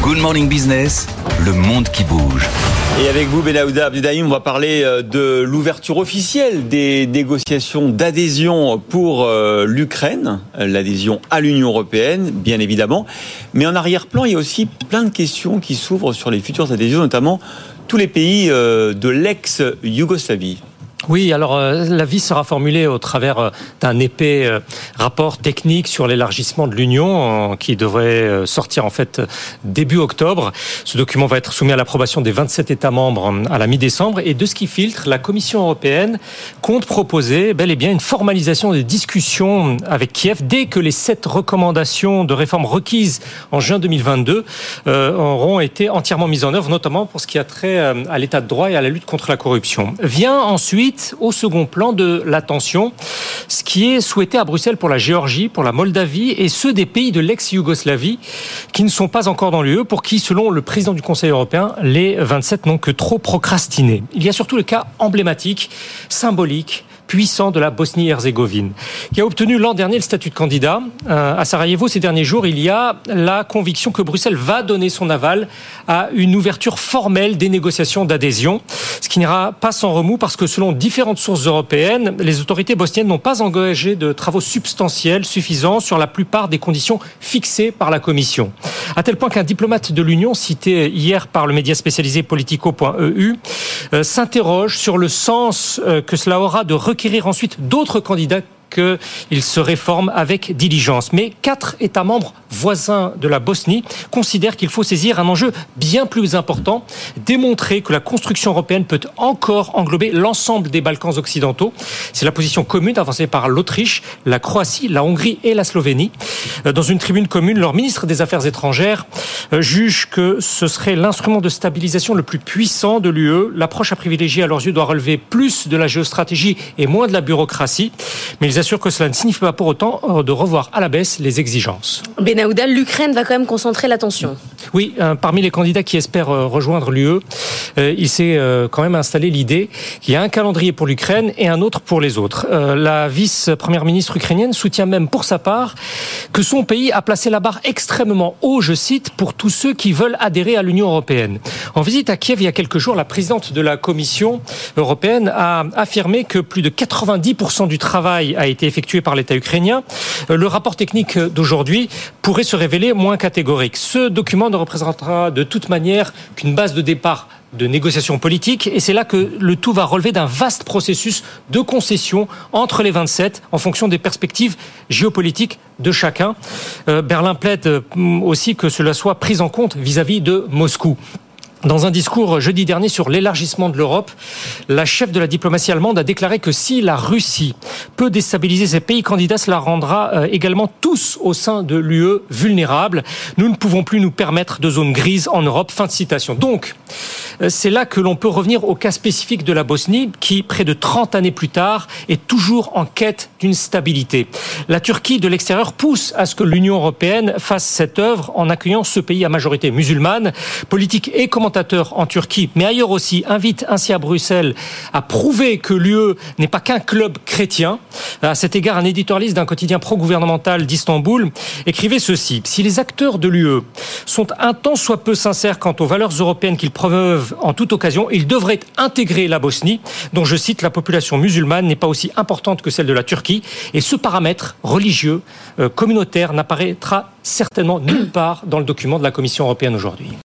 Good Morning Business, le monde qui bouge. Et avec vous, Benaouda Abdelrahim, on va parler de l'ouverture officielle des négociations d'adhésion pour l'Ukraine, l'adhésion à l'Union européenne, bien évidemment. Mais en arrière-plan, il y a aussi plein de questions qui s'ouvrent sur les futures adhésions, notamment tous les pays de l'ex-Yougoslavie. Oui, alors l'avis sera formulé au travers d'un épais rapport technique sur l'élargissement de l'Union qui devrait sortir en fait début octobre. Ce document va être soumis à l'approbation des 27 États membres à la mi-décembre et de ce qui filtre, la Commission européenne compte proposer bel et bien une formalisation des discussions avec Kiev dès que les 7 recommandations de réforme requises en juin 2022 auront été entièrement mises en œuvre, notamment pour ce qui a trait à l'état de droit et à la lutte contre la corruption. Vient ensuite au second plan de l'attention, ce qui est souhaité à Bruxelles pour la Géorgie, pour la Moldavie et ceux des pays de l'ex-Yougoslavie qui ne sont pas encore dans l'UE, pour qui, selon le président du Conseil européen, les 27 n'ont que trop procrastiné. Il y a surtout le cas emblématique, symbolique, puissant de la Bosnie-Herzégovine, qui a obtenu l'an dernier le statut de candidat. À Sarajevo, ces derniers jours, il y a la conviction que Bruxelles va donner son aval à une ouverture formelle des négociations d'adhésion, ce qui n'ira pas sans remous parce que selon différentes sources européennes, les autorités bosniennes n'ont pas engagé de travaux substantiels suffisants sur la plupart des conditions fixées par la Commission. À tel point qu'un diplomate de l'Union, cité hier par le média spécialisé Politico.eu, s'interroge sur le sens que cela aura de requérir ensuite d'autres candidats qu'il se réforme avec diligence. Mais 4 États membres voisins de la Bosnie considèrent qu'il faut saisir un enjeu bien plus important, démontrer que la construction européenne peut encore englober l'ensemble des Balkans occidentaux. C'est la position commune avancée par l'Autriche, la Croatie, la Hongrie et la Slovénie. Dans une tribune commune, leur ministre des Affaires étrangères juge que ce serait l'instrument de stabilisation le plus puissant de l'UE. L'approche à privilégier à leurs yeux doit relever plus de la géostratégie et moins de la bureaucratie. Mais ils assurent que cela ne signifie pas pour autant de revoir à la baisse les exigences. Benaouda, l'Ukraine va quand même concentrer l'attention. Oui, parmi les candidats qui espèrent rejoindre l'UE, il s'est quand même installé l'idée qu'il y a un calendrier pour l'Ukraine et un autre pour les autres. La vice-première ministre ukrainienne soutient même pour sa part que son pays a placé la barre extrêmement haut, je cite, pour tous ceux qui veulent adhérer à l'Union européenne. En visite à Kiev il y a quelques jours, la présidente de la Commission européenne a affirmé que plus de 90% du travail a été effectué par l'État ukrainien. Le rapport technique d'aujourd'hui pourrait se révéler moins catégorique. Ce document ne représentera de toute manière qu'une base de départ de négociations politiques et c'est là que le tout va relever d'un vaste processus de concession entre les 27 en fonction des perspectives géopolitiques de chacun. Berlin plaide aussi que cela soit pris en compte vis-à-vis de Moscou. Dans un discours jeudi dernier sur l'élargissement de l'Europe, la chef de la diplomatie allemande a déclaré que si la Russie peut déstabiliser ses pays candidats, cela rendra également tous au sein de l'UE vulnérables. Nous ne pouvons plus nous permettre de zones grises en Europe. Fin de citation. Donc, c'est là que l'on peut revenir au cas spécifique de la Bosnie qui, près de 30 années plus tard, est toujours en quête d'une stabilité. La Turquie de l'extérieur pousse à ce que l'Union européenne fasse cette œuvre en accueillant ce pays à majorité musulmane. Politique et commentateurs en Turquie, mais ailleurs aussi, invite ainsi à Bruxelles à prouver que l'UE n'est pas qu'un club chrétien. À cet égard, un éditorialiste d'un quotidien pro-gouvernemental d'Istanbul écrivait ceci: si les acteurs de l'UE sont un tant soit peu sincères quant aux valeurs européennes qu'ils promeuvent en toute occasion, ils devraient intégrer la Bosnie, dont, je cite, la population musulmane n'est pas aussi importante que celle de la Turquie, et ce paramètre religieux, communautaire, n'apparaîtra certainement nulle part dans le document de la Commission européenne aujourd'hui.